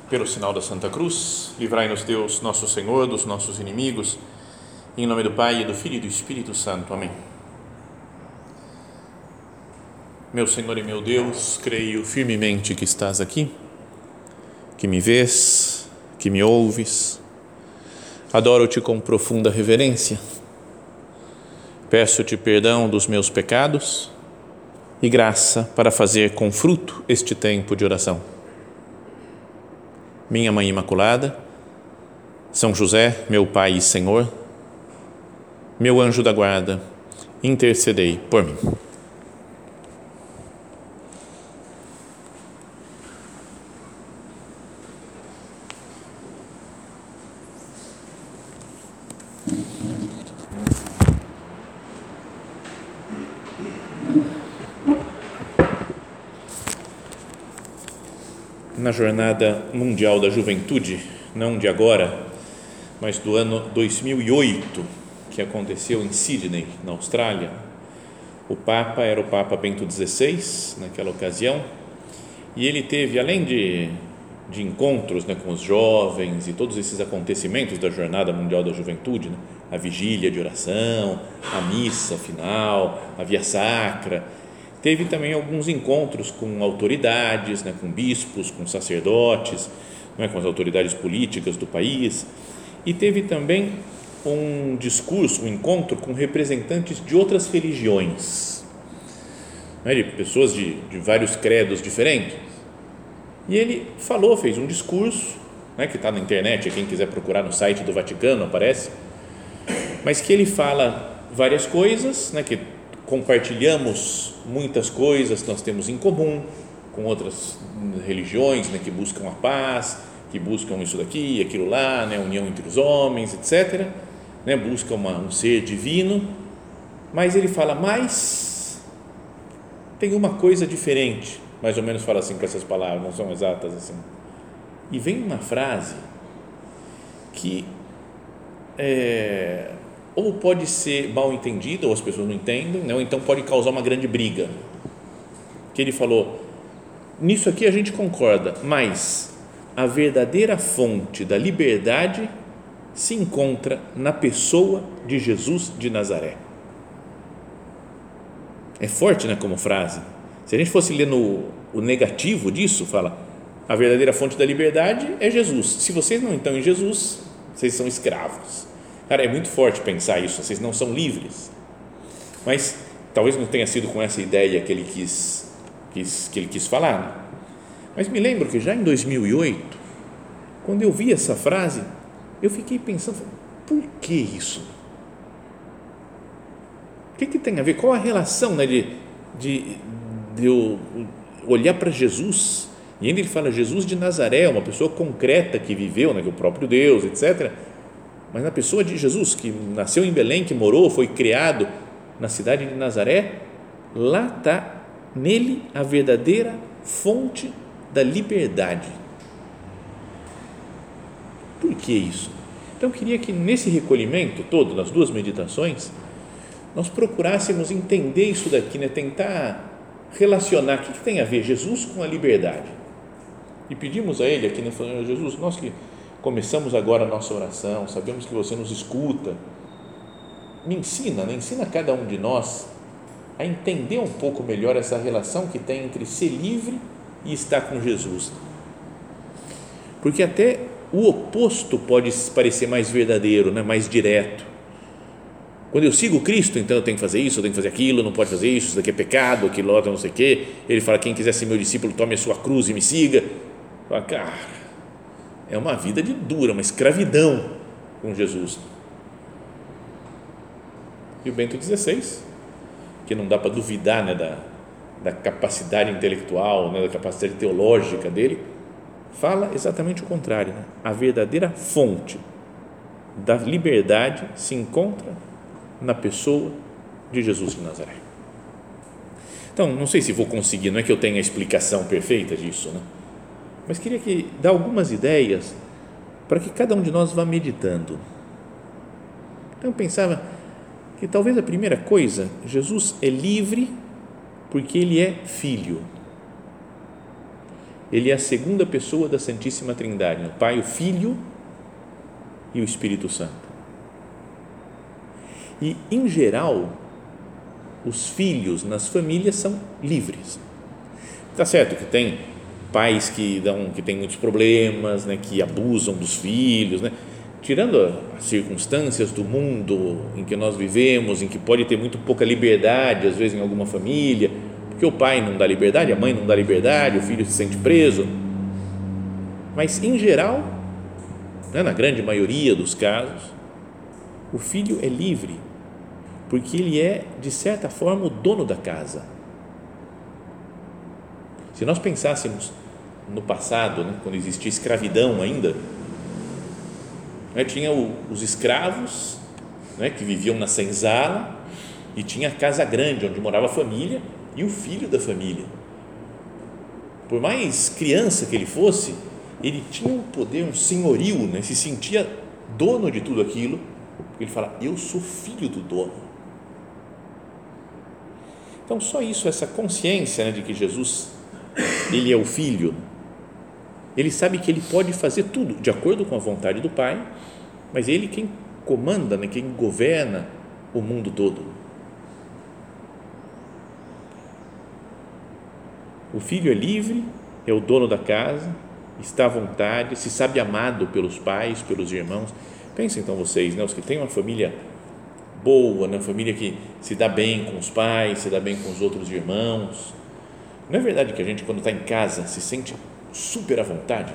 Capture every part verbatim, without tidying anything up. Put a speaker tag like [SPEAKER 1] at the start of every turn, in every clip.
[SPEAKER 1] Pelo sinal da Santa Cruz, livrai-nos Deus, nosso Senhor, dos nossos inimigos, em nome do Pai, e do Filho e do Espírito Santo. Amém. Meu Senhor e meu Deus, creio firmemente que estás aqui, que me vês, que me ouves. Adoro-te com profunda reverência. Peço-te perdão dos meus pecados e graça para fazer com fruto este tempo de oração. Minha Mãe Imaculada, São José, meu Pai e Senhor, meu anjo da guarda, intercedei por mim. Na Jornada Mundial da Juventude, não de agora, mas do ano dois mil e oito, que aconteceu em Sydney, na Austrália, o Papa era o Papa Bento dezesseis, naquela ocasião, e ele teve, além de, de encontros, né, com os jovens e todos esses acontecimentos da Jornada Mundial da Juventude, né, a vigília de oração, a missa final, a via sacra, teve também alguns encontros com autoridades, né, com bispos, com sacerdotes, né, com as autoridades políticas do país, e teve também um discurso, um encontro com representantes de outras religiões, né, de pessoas de, de vários credos diferentes. E ele falou, fez um discurso, né, que está na internet, quem quiser procurar no site do Vaticano aparece, mas que ele fala várias coisas, né, que compartilhamos muitas coisas que nós temos em comum com outras religiões, né, que buscam a paz, que buscam isso daqui, aquilo lá, né, união entre os homens, etcétera, né, buscam uma, um ser divino, mas ele fala, mas tem uma coisa diferente, mais ou menos fala assim com essas palavras, não são exatas assim, e vem uma frase que é, ou pode ser mal entendida, ou as pessoas não entendem, né? Ou então pode causar uma grande briga, que ele falou, nisso aqui a gente concorda, mas a verdadeira fonte da liberdade se encontra na pessoa de Jesus de Nazaré. É forte, né, como frase. Se a gente fosse ler no, o negativo disso, fala, a verdadeira fonte da liberdade é Jesus, se vocês não estão em Jesus, vocês são escravos. Cara, é muito forte pensar isso, vocês não são livres, mas talvez não tenha sido com essa ideia que ele quis, quis, que ele quis falar, né? Mas me lembro que já em dois mil e oito, quando eu vi essa frase, eu fiquei pensando, por que isso? O que, que tem a ver? Qual a relação, né, de, de, de eu olhar para Jesus, e ainda ele fala Jesus de Nazaré, uma pessoa concreta que viveu, né, que é o próprio Deus, etcétera, mas na pessoa de Jesus, que nasceu em Belém, que morou, foi criado na cidade de Nazaré, lá está nele a verdadeira fonte da liberdade. Por que isso? Então eu queria que nesse recolhimento todo, nas duas meditações, nós procurássemos entender isso daqui, né? Tentar relacionar o que, que tem a ver Jesus com a liberdade, e pedimos a ele aqui, né, falando, Jesus, nós que começamos agora a nossa oração, sabemos que você nos escuta, me ensina, né? Ensina a cada um de nós a entender um pouco melhor essa relação que tem entre ser livre e estar com Jesus, porque até o oposto pode parecer mais verdadeiro, né? Mais direto. Quando eu sigo Cristo, então eu tenho que fazer isso, eu tenho que fazer aquilo, não pode fazer isso, isso daqui é pecado, aquilo outro não sei o quê. Ele fala, quem quiser ser meu discípulo, tome a sua cruz e me siga. Fala, cara, é uma vida de dura, uma escravidão com Jesus. E o Bento dezesseis, que não dá para duvidar, né, da, da capacidade intelectual, né, da capacidade teológica dele, fala exatamente o contrário, né? A verdadeira fonte da liberdade se encontra na pessoa de Jesus de Nazaré. Então, não sei se vou conseguir, não é que eu tenha a explicação perfeita disso, né? Mas queria que dar algumas ideias para que cada um de nós vá meditando. Então eu pensava que talvez a primeira coisa, Jesus é livre porque ele é filho. Ele é a segunda pessoa da Santíssima Trindade, o Pai, o Filho e o Espírito Santo. E, em geral, os filhos nas famílias são livres. Está certo que tem pais que, dão, que têm muitos problemas, né, que abusam dos filhos, né? Tirando as circunstâncias do mundo em que nós vivemos, em que pode ter muito pouca liberdade, às vezes em alguma família, porque o pai não dá liberdade, a mãe não dá liberdade, o filho se sente preso. Mas, em geral, né, na grande maioria dos casos, o filho é livre, porque ele é, de certa forma, o dono da casa. Se nós pensássemos no passado, né, quando existia escravidão ainda, né, tinha o, os escravos, né, que viviam na senzala, e tinha a casa grande, onde morava a família, e o filho da família. Por mais criança que ele fosse, ele tinha um poder, um senhorio, né, se sentia dono de tudo aquilo, porque ele fala, eu sou filho do dono. Então, só isso, essa consciência, né, de que Jesus, ele é o Filho, ele sabe que ele pode fazer tudo de acordo com a vontade do Pai, mas ele quem comanda, né, quem governa o mundo todo. O Filho é livre, é o dono da casa, está à vontade, se sabe amado pelos pais, pelos irmãos. Pensem então vocês, né, os que têm uma família boa, né, uma família que se dá bem com os pais, se dá bem com os outros irmãos. Não é verdade que a gente, quando está em casa, se sente super à vontade?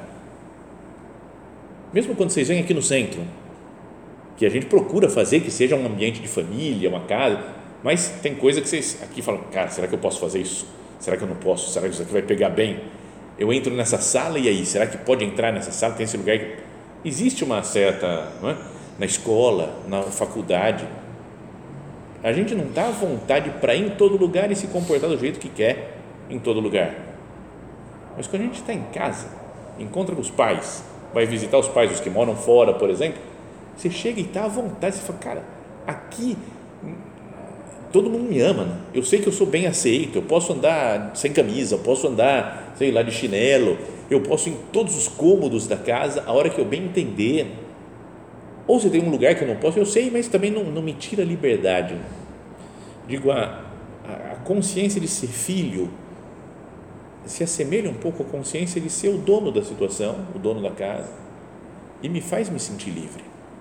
[SPEAKER 1] Mesmo quando vocês vêm aqui no centro, que a gente procura fazer que seja um ambiente de família, uma casa, mas tem coisa que vocês aqui falam, cara, será que eu posso fazer isso? Será que eu não posso? Será que isso aqui vai pegar bem? Eu entro nessa sala e aí, será que pode entrar nessa sala? Tem esse lugar que... Existe uma certa, não é? Na escola, na faculdade, a gente não está à vontade para ir em todo lugar e se comportar do jeito que quer em todo lugar. Mas quando a gente está em casa, encontra com os pais, vai visitar os pais, os que moram fora, por exemplo, você chega e está à vontade, você fala, cara, aqui todo mundo me ama, né? Eu sei que eu sou bem aceito, eu posso andar sem camisa, eu posso andar, sei lá, de chinelo, eu posso ir em todos os cômodos da casa, a hora que eu bem entender. Ou se tem um lugar que eu não posso, eu sei, mas também não, não me tira a liberdade. Digo, a, a consciência de ser filho se assemelha um pouco à consciência de ser o dono da situação, o dono da casa, e me faz me sentir livre.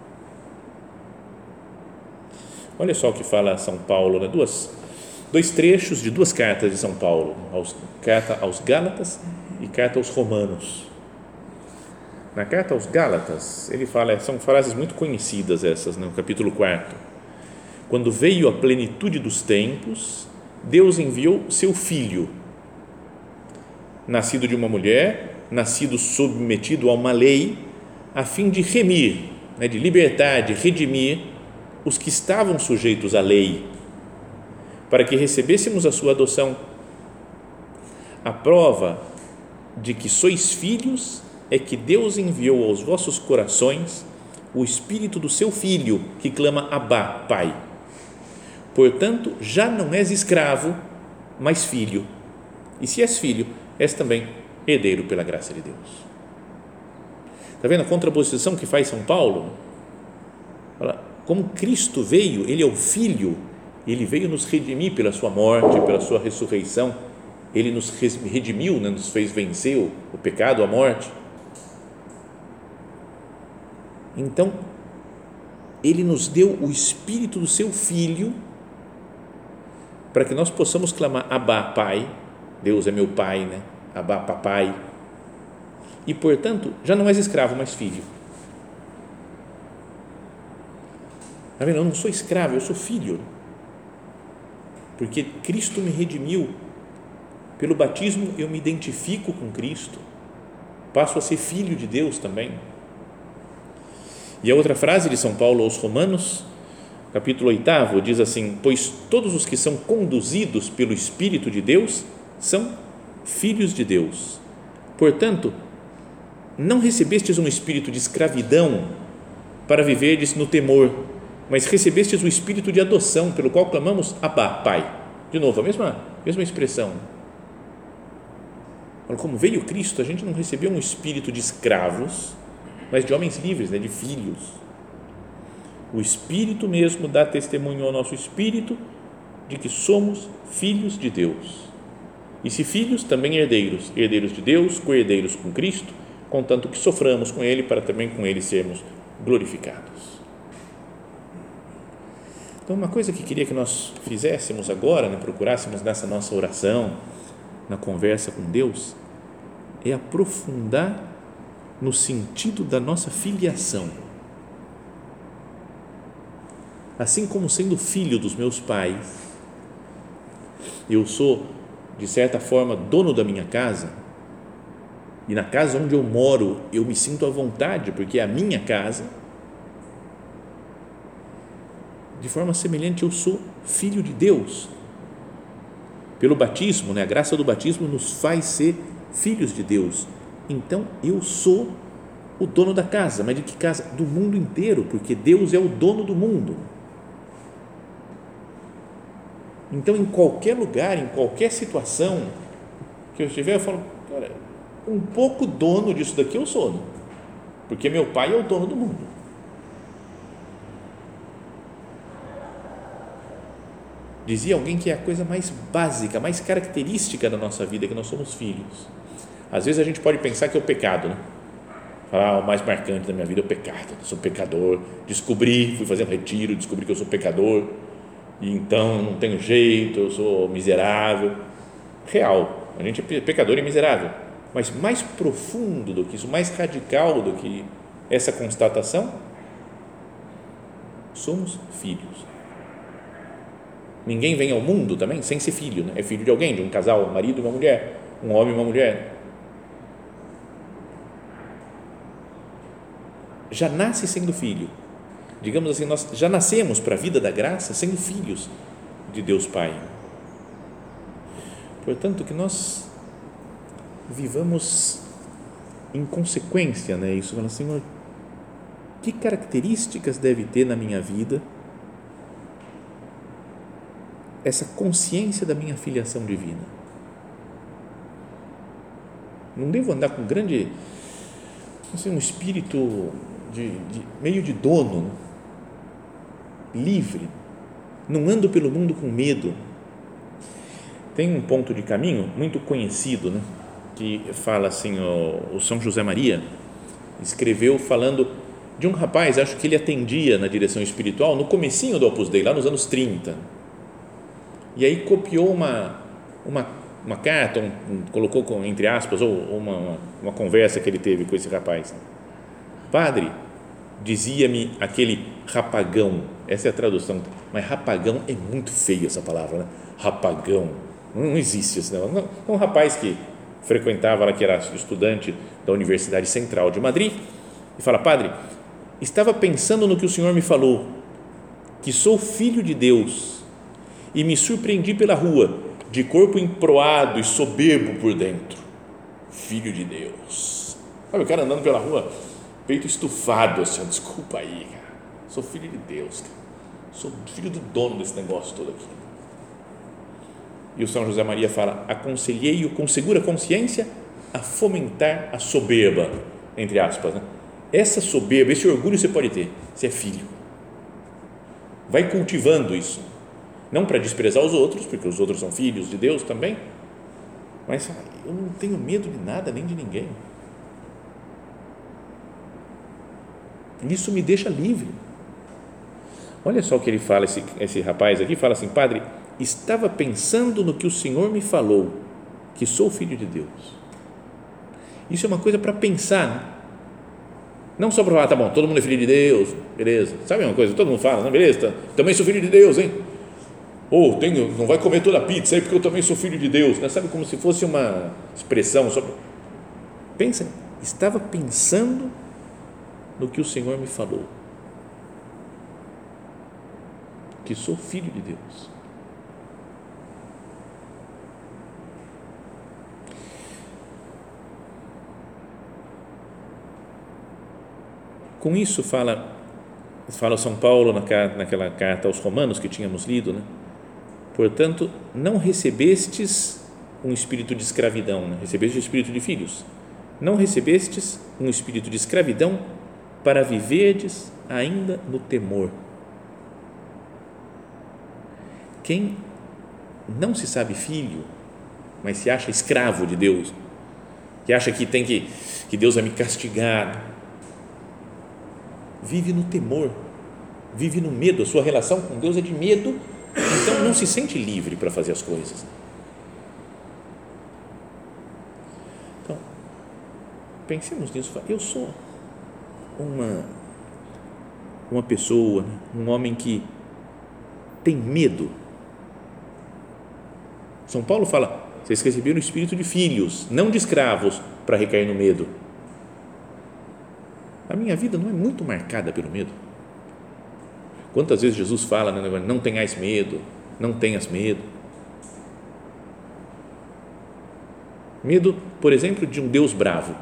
[SPEAKER 1] Olha só o que fala São Paulo, né? Duas, dois trechos de duas cartas de São Paulo, aos, carta aos Gálatas e carta aos Romanos. Na carta aos Gálatas, ele fala, são frases muito conhecidas essas, no capítulo quarto. Quando veio a plenitude dos tempos, Deus enviou seu Filho, nascido de uma mulher, nascido submetido a uma lei, a fim de remir, né, de libertar, de redimir os que estavam sujeitos à lei, para que recebêssemos a sua adoção. A prova de que sois filhos é que Deus enviou aos vossos corações o Espírito do seu Filho, que clama Abá, Pai. Portanto, já não és escravo, mas filho. E se és filho, és também herdeiro pela graça de Deus. Está vendo a contraposição que faz São Paulo? Fala, como Cristo veio, ele é o Filho, ele veio nos redimir pela sua morte, pela sua ressurreição, ele nos redimiu, né, nos fez vencer o, o pecado, a morte. Então, ele nos deu o Espírito do seu Filho para que nós possamos clamar Abá, Pai. Deus é meu Pai, né? Abá, Papai. E, portanto, já não és escravo, mas filho. Está vendo? Eu não sou escravo, eu sou filho. Porque Cristo me redimiu. Pelo batismo, eu me identifico com Cristo. Passo a ser filho de Deus também. E a outra frase de São Paulo aos Romanos, capítulo oito, diz assim, pois todos os que são conduzidos pelo Espírito de Deus são filhos de Deus. Portanto, não recebestes um espírito de escravidão para viverdes no temor, mas recebestes o espírito de adoção, pelo qual clamamos Abá, Pai. De novo, a mesma, mesma expressão. Como veio Cristo, a gente não recebeu um espírito de escravos, mas de homens livres, né, de filhos. O Espírito mesmo dá testemunho ao nosso espírito de que somos filhos de Deus. E se filhos, também herdeiros, herdeiros de Deus, co-herdeiros com Cristo, contanto que soframos com Ele, para também com Ele sermos glorificados. Então, uma coisa que queria que nós fizéssemos agora, né, procurássemos nessa nossa oração, na conversa com Deus, é aprofundar no sentido da nossa filiação. Assim como sendo filho dos meus pais, eu sou, de certa forma, dono da minha casa, e na casa onde eu moro eu me sinto à vontade, porque é a minha casa. De forma semelhante, eu sou filho de Deus. Pelo batismo, né, a graça do batismo nos faz ser filhos de Deus. Então, eu sou o dono da casa, mas de que casa? Do mundo inteiro, porque Deus é o dono do mundo. Então, em qualquer lugar, em qualquer situação que eu estiver, eu falo, cara, um pouco dono disso daqui eu sou, né? Porque meu pai é o dono do mundo. Dizia alguém que é a coisa mais básica, mais característica da nossa vida, que nós somos filhos. Às vezes a gente pode pensar que é o pecado, né? Falar, ah, o mais marcante da minha vida é o pecado, eu sou pecador, descobri, fui fazer um retiro, descobri que eu sou pecador, e então não tenho jeito, eu sou miserável. Real, a gente é pecador e miserável, mas mais profundo do que isso, mais radical do que essa constatação, somos filhos. Ninguém vem ao mundo também sem ser filho, né? É filho de alguém, de um casal, um marido e uma mulher, um homem e uma mulher. Já nasce sendo filho. Digamos assim, nós já nascemos para a vida da graça sendo filhos de Deus Pai. Portanto, que nós vivamos em consequência, né? Isso, falando, Senhor, que características deve ter na minha vida essa consciência da minha filiação divina? Não devo andar com grande, não sei, um espírito de, de meio de dono, né? Livre, não ando pelo mundo com medo. Tem um ponto de caminho muito conhecido, né? Que fala assim, o, o São José Maria escreveu falando de um rapaz, acho que ele atendia na direção espiritual no comecinho do Opus Dei, lá nos anos trinta, e aí copiou uma, uma, uma carta, um, um, colocou com, entre aspas, ou uma, uma, uma conversa que ele teve com esse rapaz. Padre, dizia-me aquele rapagão, essa é a tradução, mas rapagão é muito feio essa palavra, né? Rapagão, não existe isso, não. Não, um rapaz que frequentava lá, que era estudante da Universidade Central de Madrid, e fala, padre, estava pensando no que o senhor me falou, que sou filho de Deus, e me surpreendi pela rua, de corpo emproado e soberbo por dentro. Filho de Deus. Sabe o cara andando pela rua, peito estufado, assim, desculpa aí, cara, sou filho de Deus, cara. Sou filho do dono desse negócio todo aqui. E o São José Maria fala, aconselhei-o com segura consciência a fomentar a soberba, entre aspas, né? Essa soberba, esse orgulho você pode ter, você é filho. Vai cultivando isso, não para desprezar os outros, porque os outros são filhos de Deus também, mas eu não tenho medo de nada nem de ninguém. Isso me deixa livre. Olha só o que ele fala, esse, esse rapaz aqui fala assim, padre, estava pensando no que o Senhor me falou, que sou filho de Deus. Isso é uma coisa para pensar, né? Não só para falar, tá bom, todo mundo é filho de Deus, beleza, sabe uma coisa, todo mundo fala, não, beleza, tá, também sou filho de Deus, hein? Ou tenho, não vai comer toda a pizza aí porque eu também sou filho de Deus, né? Sabe, como se fosse uma expressão só. Pensa, estava pensando no que o Senhor me falou, que sou filho de Deus. Com isso fala, fala São Paulo naquela carta aos Romanos que tínhamos lido, né? Portanto, não recebestes um espírito de escravidão, né? Recebestes o espírito de filhos, não recebestes um espírito de escravidão para viverdes ainda no temor. Quem não se sabe filho, mas se acha escravo de Deus, que acha que tem que, que Deus vai me castigar, vive no temor, vive no medo, a sua relação com Deus é de medo, então não se sente livre para fazer as coisas. Então, pensemos nisso, eu sou uma, uma pessoa, um homem que tem medo. São Paulo fala, vocês receberam o espírito de filhos, não de escravos, para recair no medo. A minha vida não é muito marcada pelo medo. Quantas vezes Jesus fala, né, não tenhais medo, não tenhas medo. Medo, por exemplo, de um Deus bravo,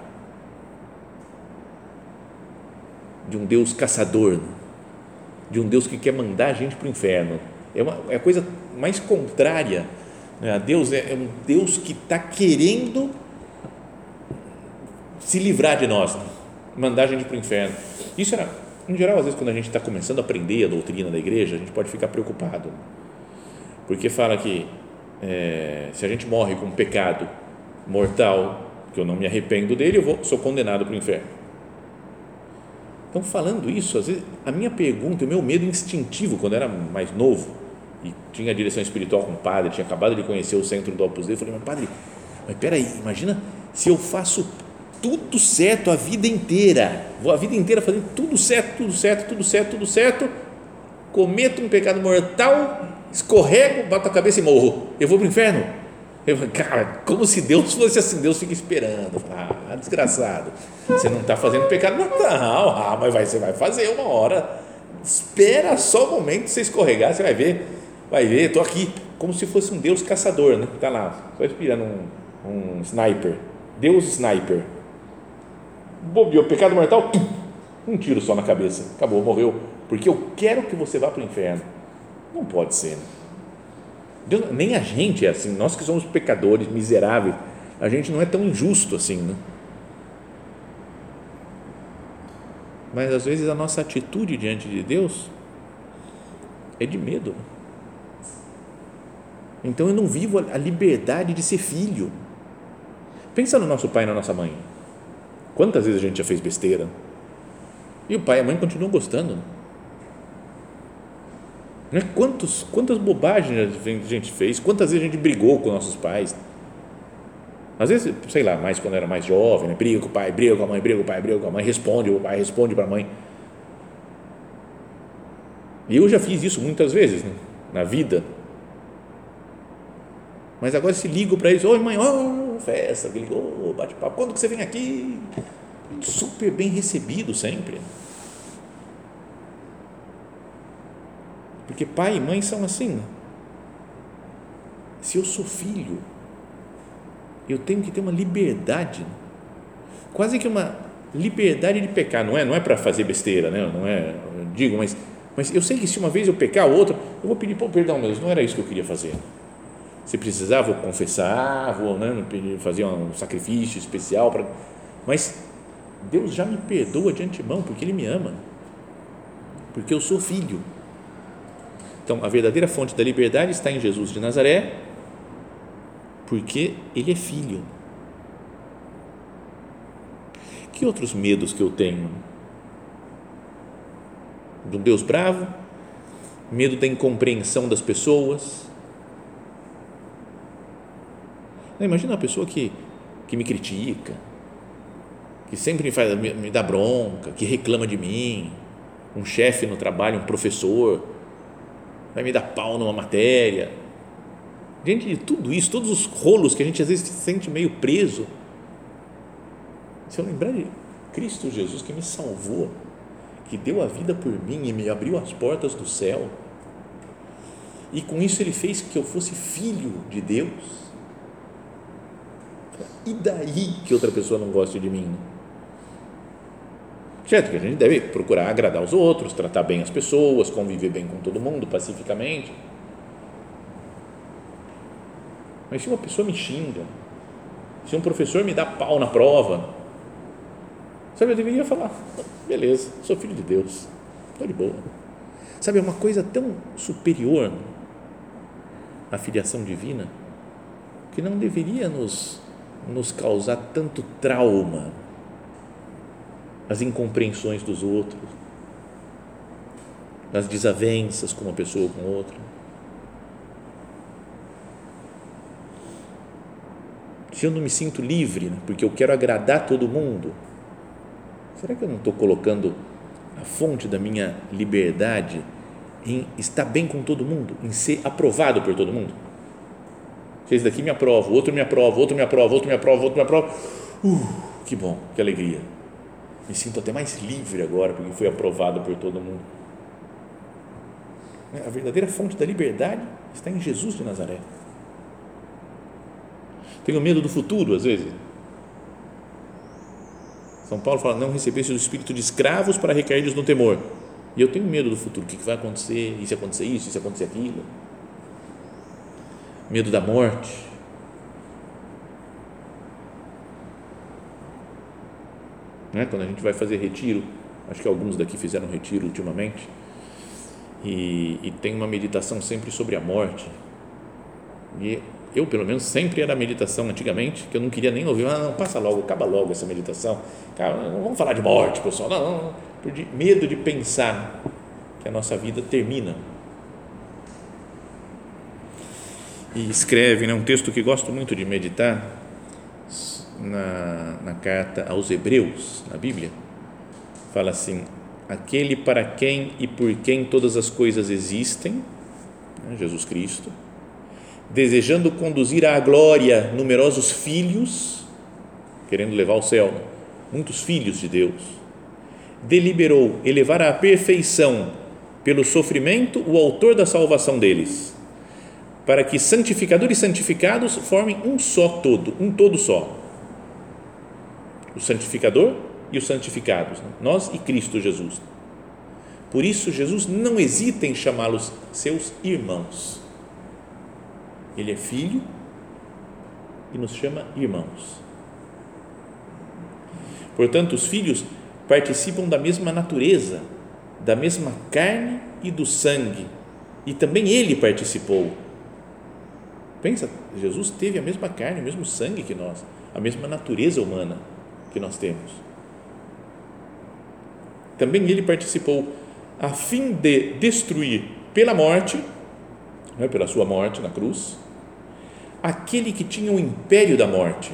[SPEAKER 1] de um Deus caçador, de um Deus que quer mandar a gente para o inferno. É, uma, é a coisa mais contrária, né? Deus é, é um Deus que está querendo se livrar de nós, né? Mandar a gente para o inferno. Isso era, em geral, às vezes quando a gente está começando a aprender a doutrina da igreja, a gente pode ficar preocupado, porque fala que é, se a gente morre com um pecado mortal, que eu não me arrependo dele, eu vou, sou condenado para o inferno. Então, falando isso, às vezes a minha pergunta, o meu medo instintivo quando eu era mais novo e tinha direção espiritual com o padre, tinha acabado de conhecer o centro do Opus Dei, eu falei, mas padre, mas peraí, imagina se eu faço tudo certo a vida inteira, vou a vida inteira fazendo tudo certo, tudo certo, tudo certo, tudo certo, cometo um pecado mortal, escorrego, bato a cabeça e morro, eu vou para o inferno? Eu falei, cara, como se Deus fosse assim, Deus fica esperando. Ah, desgraçado, você não está fazendo pecado mortal, ah, mas vai, você vai fazer uma hora, espera só o momento de você escorregar, você vai ver, vai ver, estou aqui, como se fosse um Deus caçador, né? Está lá, só esperando um, um sniper, Deus sniper, bobeou, pecado mortal, pum, um tiro só na cabeça, acabou, morreu, porque eu quero que você vá para o inferno. Não pode ser, né? Deus, nem a gente é assim, nós que somos pecadores, miseráveis, a gente não é tão injusto assim, né? Mas às vezes a nossa atitude diante de Deus é de medo. Então eu não vivo a liberdade de ser filho. Pensa no nosso pai e na nossa mãe. Quantas vezes a gente já fez besteira e o pai e a mãe continuam gostando, né? Quantos, quantas bobagens a gente fez, quantas vezes a gente brigou com nossos pais, às vezes, sei lá, mais quando era mais jovem, né? Briga com o pai, briga com a mãe, briga com o pai, briga com a mãe, responde, o pai responde para a mãe, e eu já fiz isso muitas vezes, né? Na vida, mas agora se ligo para eles, oi mãe, oh, festa, ligou, bate papo, quando que você vem aqui? Super bem recebido sempre, porque pai e mãe são assim, né? Se eu sou filho, eu tenho que ter uma liberdade, quase que uma liberdade de pecar, não é, não é para fazer besteira, né? Não é, eu digo, mas, mas eu sei que se uma vez eu pecar, outra, eu vou pedir, pô, perdão, Deus, não era isso que eu queria fazer. Se precisar, vou confessar, vou, né, fazer um sacrifício especial, pra, mas Deus já me perdoa de antemão, porque Ele me ama, porque eu sou filho. Então, a verdadeira fonte da liberdade está em Jesus de Nazaré, porque Ele é filho. Que outros medos que eu tenho? De um Deus bravo, medo da incompreensão das pessoas. Imagina uma pessoa que, que me critica, que sempre me, faz, me, me dá bronca, que reclama de mim, um chefe no trabalho, um professor, vai me dar pau numa matéria. Diante de tudo isso, todos os rolos que a gente às vezes se sente meio preso, se eu lembrar de Cristo Jesus que me salvou, que deu a vida por mim e me abriu as portas do céu, e com isso Ele fez que eu fosse filho de Deus, e daí que outra pessoa não goste de mim? Certo que a gente deve procurar agradar os outros, tratar bem as pessoas, conviver bem com todo mundo, pacificamente. Mas se uma pessoa me xinga, se um professor me dá pau na prova, sabe, eu deveria falar, beleza, sou filho de Deus, estou de boa. Sabe, é uma coisa tão superior à filiação divina que não deveria nos, nos causar tanto trauma, as incompreensões dos outros, as desavenças com uma pessoa ou com outra. Se eu não me sinto livre, né, porque eu quero agradar todo mundo, será que eu não estou colocando a fonte da minha liberdade em estar bem com todo mundo, em ser aprovado por todo mundo? Se esse daqui me aprova, o outro me aprova, outro me aprova, outro me aprova, outro me aprova, uh, que bom, que alegria, me sinto até mais livre agora, porque fui aprovado por todo mundo. A verdadeira fonte da liberdade está em Jesus de Nazaré. Tenho medo do futuro, às vezes. São Paulo fala, não recebeste o espírito de escravos para recairdes no temor. E eu tenho medo do futuro, o que vai acontecer, e se acontecer isso, e se acontecer aquilo. Medo da morte. Não é? Quando a gente vai fazer retiro, acho que alguns daqui fizeram retiro ultimamente, e, e tem uma meditação sempre sobre a morte. E eu, pelo menos, sempre era meditação antigamente, que eu não queria nem ouvir, ah, não, passa logo, acaba logo essa meditação, cara, não vamos falar de morte, pessoal, não, não, não, por de, medo de pensar que a nossa vida termina. E escreve, né, um texto que gosto muito de meditar, na, na carta aos Hebreus, na Bíblia, fala assim, aquele para quem e por quem todas as coisas existem, né, Jesus Cristo, desejando conduzir à glória numerosos filhos, querendo levar ao céu muitos filhos de Deus, deliberou elevar à perfeição pelo sofrimento o autor da salvação deles, para que santificador e santificados formem um só todo, um todo só, o santificador e os santificados, né? Nós e Cristo Jesus. Por isso Jesus não hesita em chamá-los seus irmãos. Ele é filho e nos chama irmãos. Portanto, os filhos participam da mesma natureza, da mesma carne e do sangue, e também ele participou. Pensa, Jesus teve a mesma carne, o mesmo sangue que nós, a mesma natureza humana que nós temos. Também ele participou a fim de destruir pela morte, não é, pela sua morte na cruz, aquele que tinha o império da morte,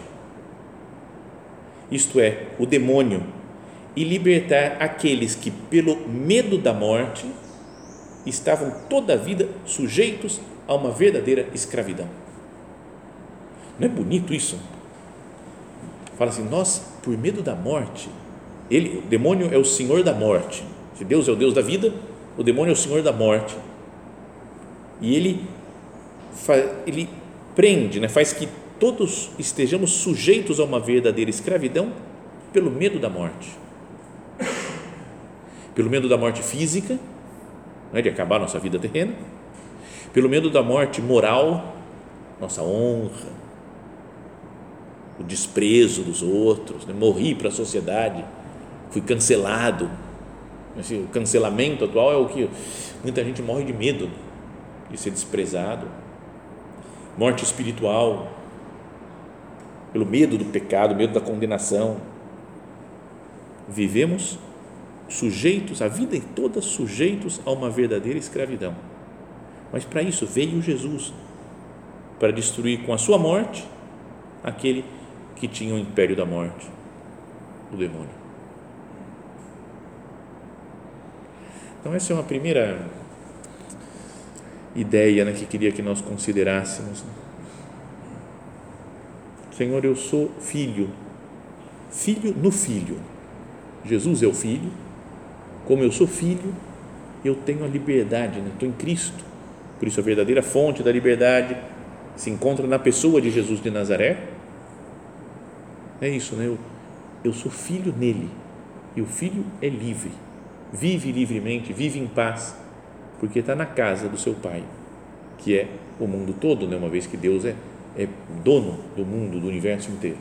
[SPEAKER 1] isto é, o demônio, e libertar aqueles que pelo medo da morte estavam toda a vida sujeitos a uma verdadeira escravidão. Não é bonito isso? Fala assim, nós por medo da morte, ele, o demônio é o senhor da morte, se Deus é o Deus da vida, o demônio é o senhor da morte, e ele ele prende, né, faz que todos estejamos sujeitos a uma verdadeira escravidão pelo medo da morte, pelo medo da morte física, né, de acabar nossa vida terrena, pelo medo da morte moral, nossa honra, o desprezo dos outros, né, morri para a sociedade, fui cancelado. Assim, o cancelamento atual é o que muita gente morre de medo de ser desprezado. Morte espiritual, pelo medo do pecado, medo da condenação. Vivemos sujeitos, a vida toda sujeitos a uma verdadeira escravidão. Mas para isso veio Jesus, para destruir com a sua morte aquele que tinha o império da morte, o demônio. Então essa é uma primeira ideia, né, que queria que nós considerássemos. Senhor, eu sou filho, filho no filho. Jesus é o filho, como eu sou filho, eu tenho a liberdade, né? Estou em Cristo, por isso a verdadeira fonte da liberdade se encontra na pessoa de Jesus de Nazaré. É isso, né? Eu, eu sou filho nele, e o filho é livre, vive livremente, vive em paz, porque está na casa do seu Pai, que é o mundo todo, né? Uma vez que Deus é, é dono do mundo, do universo inteiro.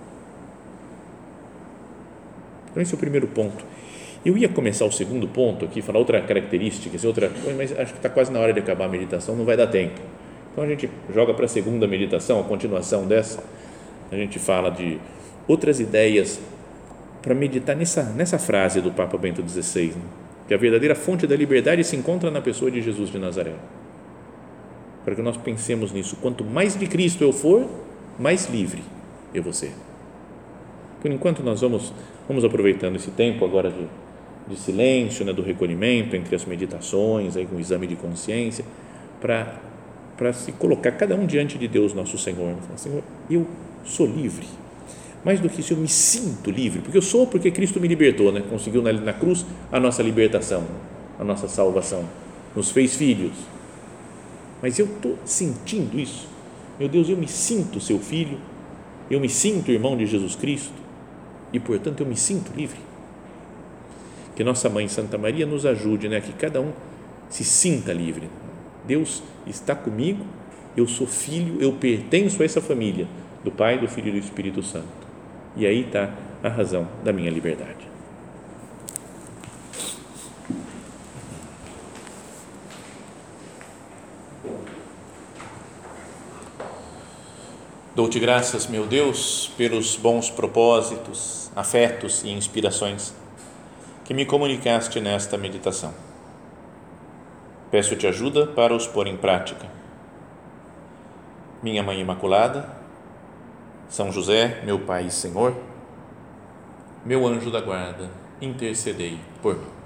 [SPEAKER 1] Então esse é o primeiro ponto. Eu ia começar o segundo ponto aqui, falar outra característica, outra coisa, mas acho que está quase na hora de acabar a meditação, não vai dar tempo. Então a gente joga para a segunda meditação, a continuação dessa, a gente fala de outras ideias para meditar nessa, nessa frase do Papa Bento dezesseis, né? Que a verdadeira fonte da liberdade se encontra na pessoa de Jesus de Nazaré. Para que nós pensemos nisso, quanto mais de Cristo eu for, mais livre eu vou ser. Por enquanto nós vamos, vamos aproveitando esse tempo agora de, de silêncio, né, do recolhimento entre as meditações, aí, com o exame de consciência, para, para se colocar cada um diante de Deus nosso Senhor. Senhor, eu sou livre. Mais do que isso, eu me sinto livre, porque eu sou porque Cristo me libertou, né? Conseguiu na, na cruz a nossa libertação, a nossa salvação, nos fez filhos. Mas eu estou sentindo isso. Meu Deus, eu me sinto seu filho, eu me sinto irmão de Jesus Cristo e, portanto, eu me sinto livre. Que nossa Mãe Santa Maria nos ajude, né? Que cada um se sinta livre. Deus está comigo, eu sou filho, eu pertenço a essa família do Pai, do Filho e do Espírito Santo. E aí está a razão da minha liberdade. Dou-te graças, meu Deus, pelos bons propósitos, afetos e inspirações que me comunicaste nesta meditação. Peço-te ajuda para os pôr em prática. Minha Mãe Imaculada, São José, meu Pai e Senhor, meu anjo da guarda, intercedei por mim.